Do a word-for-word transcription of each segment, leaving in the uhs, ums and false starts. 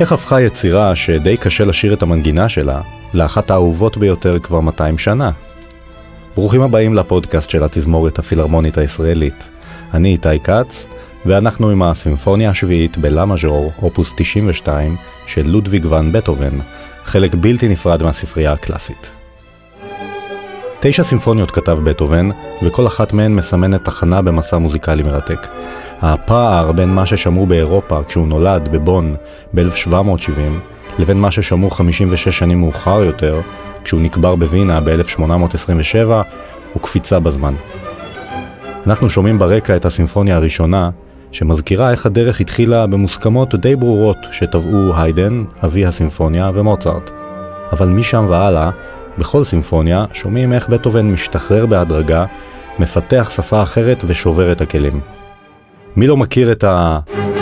איך הפכה יצירה שדי קשה לשיר את המנגינה שלה לאחת האהובות ביותר כבר מאתיים שנה? ברוכים הבאים לפודקאסט של התזמורת הפילהרמונית הישראלית. אני איתי כץ, ואנחנו עם הסימפוניה השביעית בלה מז'ור, אופוס תשעים ושתיים, של לודוויג ואן בטהובן, חלק בלתי נפרד מהספרייה הקלאסית. תשע סימפוניות כתב בטהובן, וכל אחת מהן מסמנת תחנה במסע מוזיקלי מרתק. הפער בין מה ששמעו באירופה כשהוא נולד בבון ב-אלף שבע מאות שבעים, לבין מה ששמעו חמישים ושש שנים מאוחר יותר, כשהוא נקבר בווינה ב-אלף שמונה מאות עשרים ושבע, הוא קפיצה בזמן. אנחנו שומעים ברקע את הסימפוניה הראשונה, שמזכירה איך הדרך התחילה במוסכמות די ברורות שטבעו היידן, אבי הסימפוניה, ומוצרט. אבל משם והלאה, בכל סימפוניה שומעים איך בטהובן משתחרר בהדרגה, מפתח שפה אחרת ושובר את הכלים. מי לא מכיר את ה...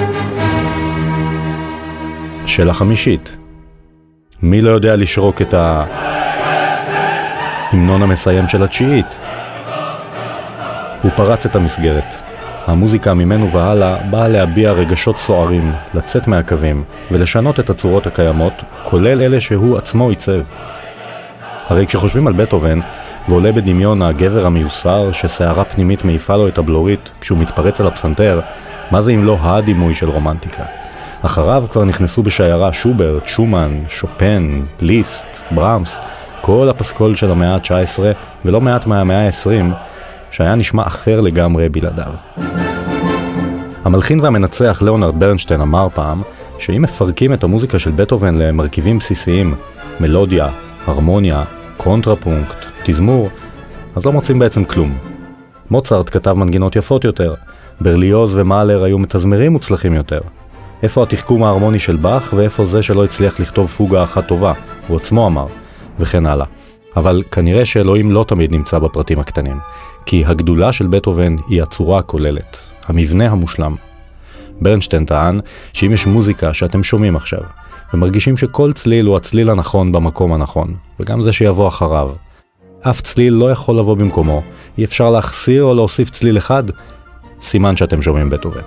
של החמישית? מי לא יודע לשרוק את ה... המנון המסיים של התשיעית? הוא פרץ את המסגרת. המוזיקה ממנו והלאה באה להביע רגשות סוערים, לצאת מהקווים ולשנות את הצורות הקיימות, כולל אלה שהוא עצמו עיצב. הרי כשחושבים על בטהובן, ועולה בדמיון הגבר המיוסר ששערה פנימית מעיפה לו את הבלורית כשהוא מתפרץ על הפסנתר, מה זה אם לא הדימוי של רומנטיקה? אחריו כבר נכנסו בשיירה שוברט, שומן, שופן, ליסט, ברמס, כל הפסקול של המאה ה-תשע עשרה ולא מעט מהמאה ה-עשרים, שהיה נשמע אחר לגמרי בלעדיו. המלחין והמנצח ליאונרד ברנשטיין אמר פעם שאם מפרקים את המוזיקה של בטהובן למרכיבים בסיסיים, מלודיה, הרמוניה, קונטרפונקט, תזמור, אז לא מוצאים בעצם כלום. מוצרט כתב מנגינות יפות יותר, ברליוז ומאלר היו מתזמרים מוצלחים יותר. איפה התחכום ההרמוני של באך ואיפה זה שלא הצליח לכתוב פוגה אחת טובה, הוא עצמו אמר, וכן הלאה. אבל כנראה שאלוהים לא תמיד נמצא בפרטים הקטנים, כי הגדולה של בטהובן היא הצורה הכוללת, המבנה המושלם. ברנשטיין טען שאם יש מוזיקה שאתם שומעים עכשיו, ומרגישים שכל צליל הוא הצליל הנכון במקום הנכון, וגם זה שיבוא אחריו. אף צליל לא יכול לבוא במקומו, אי אפשר להחסיר או להוסיף צליל אחד, סימן שאתם שומעים בטהובן.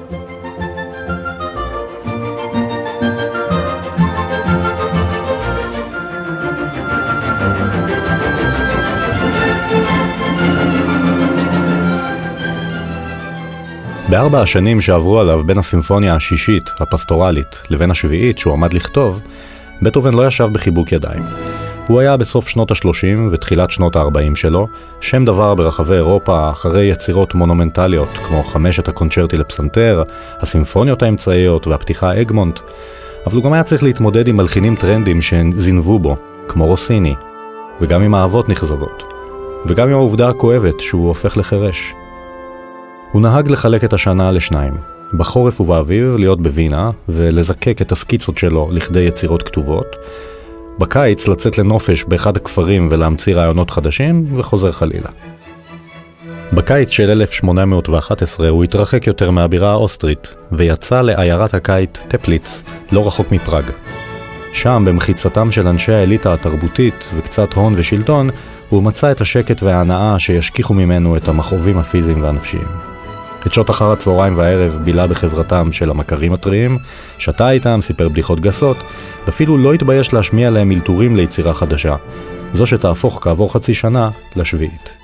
בארבע השנים שעברו עליו בין הסימפוניה השישית, הפסטורלית, לבין השביעית שהוא עמד לכתוב, בטהובן לא ישב בחיבוק ידיים. הוא היה בסוף שנות ה-שלושים ותחילת שנות ה-ארבעים שלו, שם דבר ברחבי אירופה אחרי יצירות מונומנטליות, כמו חמשת הקונצ'רטי לפסנתר, הסימפוניות האמצעיות והפתיחה אגמונט, אבל הוא גם היה צריך להתמודד עם מלחינים טרנדים שזינבו בו, כמו רוסיני, וגם עם אהבות נכזבות, וגם עם העובדה הכואבת שהוא הופך לחרש. הוא נהג לחלק את השנה לשניים, בחורף ובאביב להיות בווינה ולזקק את הסקיצות שלו לכדי יצירות כתובות, בקיץ לצאת לנופש באחד הכפרים ולהמציא רעיונות חדשים וחוזר חלילה. בקיץ של אלף שמונה מאות ואחת עשרה הוא התרחק יותר מהבירה האוסטרית ויצא לעיירת הקיץ טפליץ, לא רחוק מפראג. שם במחיצתם של אנשי האליטה התרבותית וקצת הון ושלטון, הוא מצא את השקט וההנאה שישכיחו ממנו את המכאובים הפיזיים והנפשיים. את שעות אחר הצהריים והערב בילה בחברתם של המכרים הטריים, שתה איתם, סיפר בדיחות גסות, ואפילו לא התבייש להשמיע להם מלתורים ליצירה חדשה, זו שתהפוך כעבור חצי שנה לשביעית.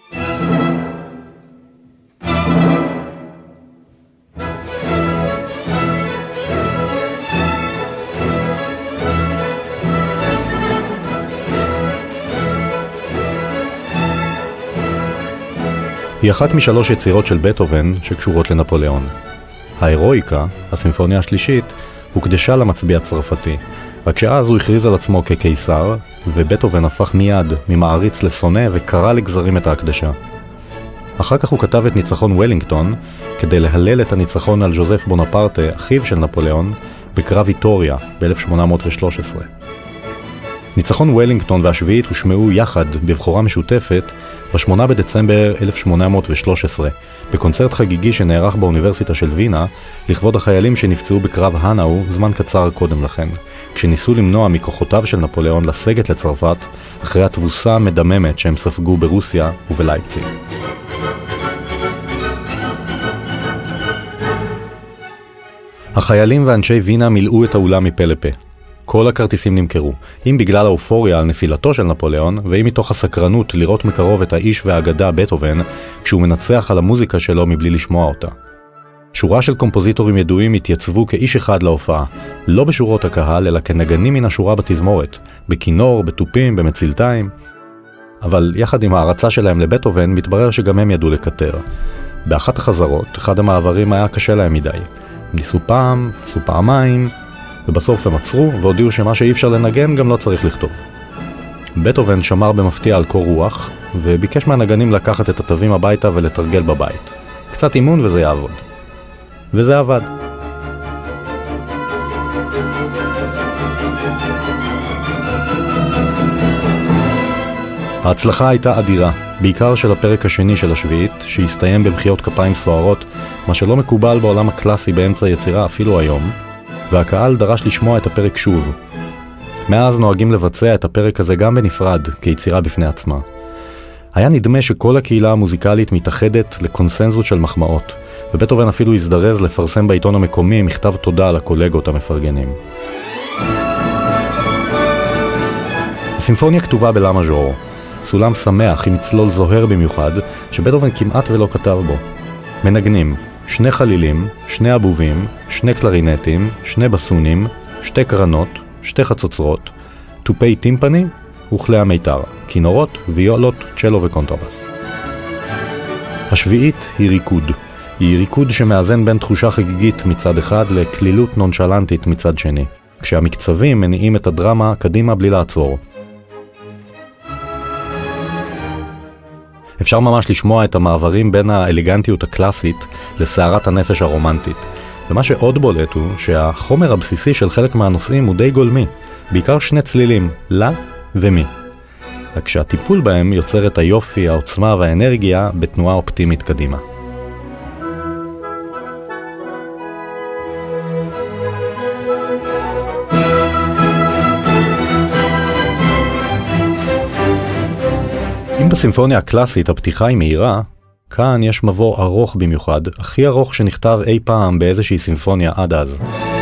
היא אחת משלוש יצירות של בטהובן שקשורות לנפוליאון. ההירואיקה, הסימפוניה השלישית, הוקדשה למצביא הצרפתי, רק שאז הוא הכריז על עצמו כקיסר, ובטהובן הפך מיד ממעריץ לשונא וקרא לגזרים את ההקדשה. אחר כך הוא כתב את ניצחון וולינגטון, כדי להלל את הניצחון על ז'וזף בונפרטה, אחיו של נפוליאון, בקרב ויטוריה ב-אלף שמונה מאות ושלוש עשרה. ניצחון וולינגטון והשביעית הושמעו יחד בבחורה משותפת ב-שמונה בדצמבר אלף שמונה מאות ושלוש עשרה, בקונצרט חגיגי שנערך באוניברסיטה של וינה, לכבוד החיילים שנפצעו בקרב הנאו זמן קצר קודם לכן, כשניסו למנוע מכוחותיו של נפוליאון לסגת לצרפת, אחרי התבוסה המדממת שהם ספגו ברוסיה ובלייפציג. החיילים ואנשי וינה מילאו את האולם מפה לפה. כל הכרטיסים נמכרו, אם בגלל האופוריה על נפילתו של נפוליאון, ואם מתוך הסקרנות לראות מקרוב את האיש והאגדה בטהובן, כשהוא מנצח על המוזיקה שלו מבלי לשמוע אותה. שורה של קומפוזיטורים ידועים התייצבו כאיש אחד להופעה, לא בשורות הקהל, אלא כנגנים מן השורה בתזמורת, בכינור, בתופים, במצלתיים. אבל יחד עם ההרצה שלהם לבטהובן, מתברר שגם הם ידעו לקטר. באחת החזרות, אחד המעברים היה קשה להם מדי. הם ניסו פעם, ניסו פעמיים, ובסוף הם עצרו והודיעו שמה שאי אפשר לנגן גם לא צריך לכתוב. בטהובן שמר במפתיע על קור רוח, וביקש מהנגנים לקחת את התווים הביתה ולתרגל בבית. קצת אימון וזה יעבוד. וזה עבד. ההצלחה הייתה אדירה, בעיקר של הפרק השני של השביעית, שהסתיים במחיאות כפיים סוערות, מה שלא מקובל בעולם הקלאסי באמצע יצירה אפילו היום, והקהל דרש לשמוע את הפרק שוב. מאז נוהגים לבצע את הפרק הזה גם בנפרד, כיצירה בפני עצמה. היה נדמה שכל הקהילה המוזיקלית מתאחדת לקונסנזוס של מחמאות, ובטהובן אפילו הזדרז לפרסם בעיתון המקומי מכתב תודה לקולגות המפרגנים. הסימפוניה כתובה בלה מז'ור, סולם שמח עם צלול זוהר במיוחד, שבטהובן כמעט ולא כתב בו. מנגנים, שני חלילים, שני אבובים, שני קלרינטים, שני בסונים, שתי קרנות, שתי חצוצרות, טופי טימפני וכלי המיתר, כינורות, ויולות, צ'לו וקונטרבס. השביעית היא ריקוד. היא ריקוד שמאזן בין תחושה חגיגית מצד אחד לכלילות נונשלנטית מצד שני, כשהמקצבים מניעים את הדרמה קדימה בלי לעצור. אפשר ממש לשמוע את המעברים בין האלגנטיות הקלאסית לסערת הנפש הרומנטית. ומה שעוד בולט הוא שהחומר הבסיסי של חלק מהנושאים הוא די גולמי, בעיקר שני צלילים, לה ומי. רק שהטיפול בהם יוצר את היופי, העוצמה והאנרגיה בתנועה אופטימית קדימה. אם בסימפוניה הקלאסית הפתיחה היא מהירה, כאן יש מבוא ארוך במיוחד, הכי ארוך שנכתב אי פעם באיזושהי סימפוניה עד אז.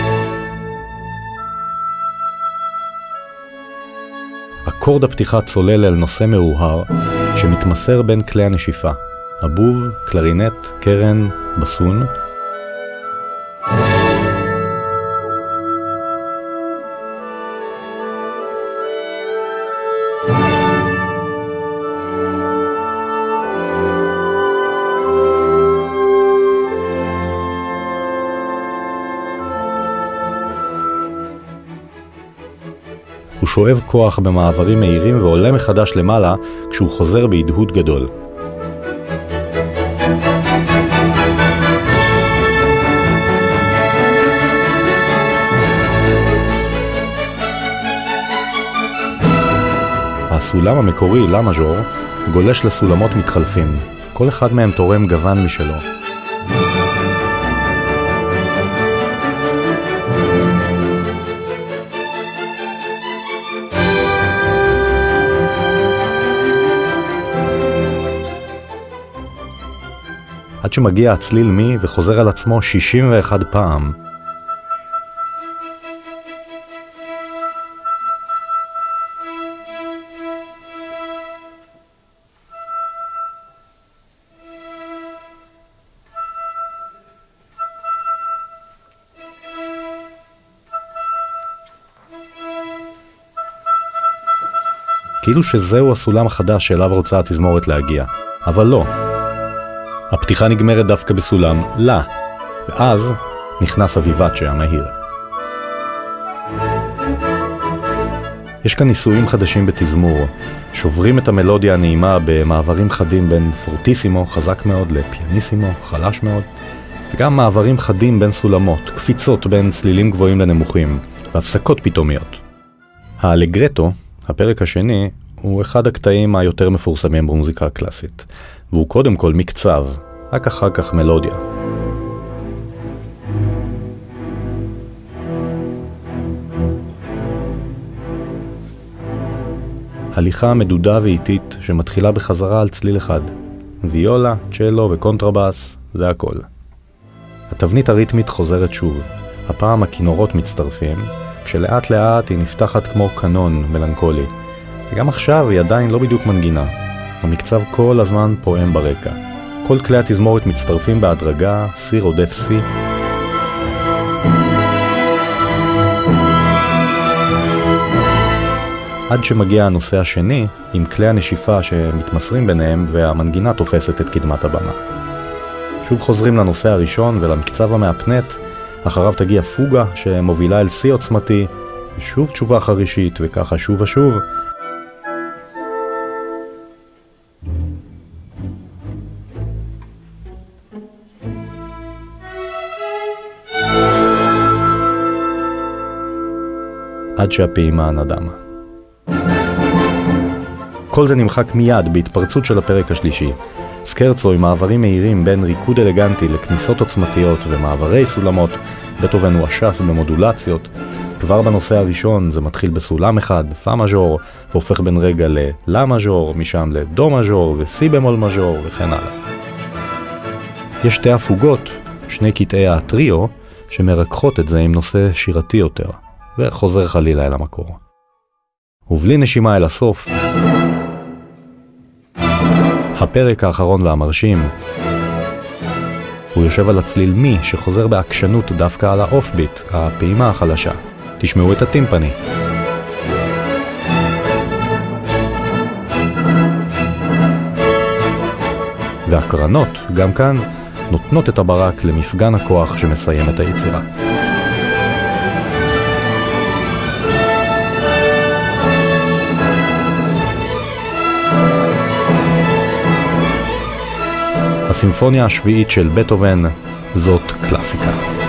אקורד הפתיחה צולל אל נושא מאוהר שמתמסר בין כלי הנשיפה, אבוב, קלרינט, קרן, בסון. הוא שואב כוח במעברים מהירים ועולה מחדש למעלה כשהוא חוזר בהדהוד גדול. הסולם המקורי, לה מז'ור, גולש לסולמות מתחלפים. כל אחד מהם תורם גוון משלו. עד שמגיע הצליל מי וחוזר על עצמו שישים ואחת פעם. כאילו שזהו הסולם החדש שאליו רוצה התזמורת להגיע. אבל לא. הפתיחה נגמרת דווקא בסולם לה, ואז נכנס הוויבאצ'ה המהיר. יש כאן ניסויים חדשים בתזמור, שוברים את המלודיה הנעימה במעברים חדים בין פורטיסימו, חזק מאוד, לפיאניסימו, חלש מאוד, וגם מעברים חדים בין סולמות, קפיצות בין צלילים גבוהים לנמוכים, והפסקות פתאומיות. האלגרטו, הפרק השני, הוא אחד הקטעים היותר מפורסמים במוזיקה הקלאסית, והוא קודם כל מקצב, רק אחר כך מלודיה. הליכה מדודה ואיטית שמתחילה בחזרה על צליל אחד. ויולה, צ'לו וקונטרבס, זה הכל. התבנית הריתמית חוזרת שוב. הפעם הכינורות מצטרפים, כשלאט לאט היא נפתחת כמו קנון מלנכולי. וגם עכשיו היא עדיין לא בדיוק מנגינה. המקצב כל הזמן פועם ברקע. כל כלי התזמורת מצטרפים בהדרגה, סי רודף סי. עד שמגיע הנושא השני, עם כלי הנשיפה שמתמסרים ביניהם והמנגינה תופסת את קדמת הבמה. שוב חוזרים לנושא הראשון ולמקצב המאפנט, אחריו תגיע פוגה שמובילה אל סי עוצמתי, ושוב תשובה חרישית וככה שוב ושוב. עד שהפעימה נדמה. כל זה נמחק מיד בהתפרצות של הפרק השלישי. סקרצו עם מעברים מהירים בין ריקוד אלגנטי לכניסות עוצמתיות ומעברי סולמות, בטהובן הוא אשף במודולציות. כבר בנושא הראשון זה מתחיל בסולם אחד, פא מז'ור, והופך בין רגע ללה מז'ור, משם לדו מז'ור וסי במול מז'ור וכן הלאה. יש שתי הפוגות, שני קטעי הטריו, שמרככות את זה עם נושא שירתי יותר, וחוזר חלילה אל המקור. ובלי נשימה אל הסוף, הפרק האחרון והמרשים, הוא יושב על הצליל מי שחוזר בעקשנות דווקא על האוף-ביט, הפעימה החלשה. תשמעו את הטימפני. והקרנות, גם כאן, נותנות את הברק למפגן הכוח שמסיים את היצירה. הסימפוניה השביעית של בטהובן זאת קלאסיקה.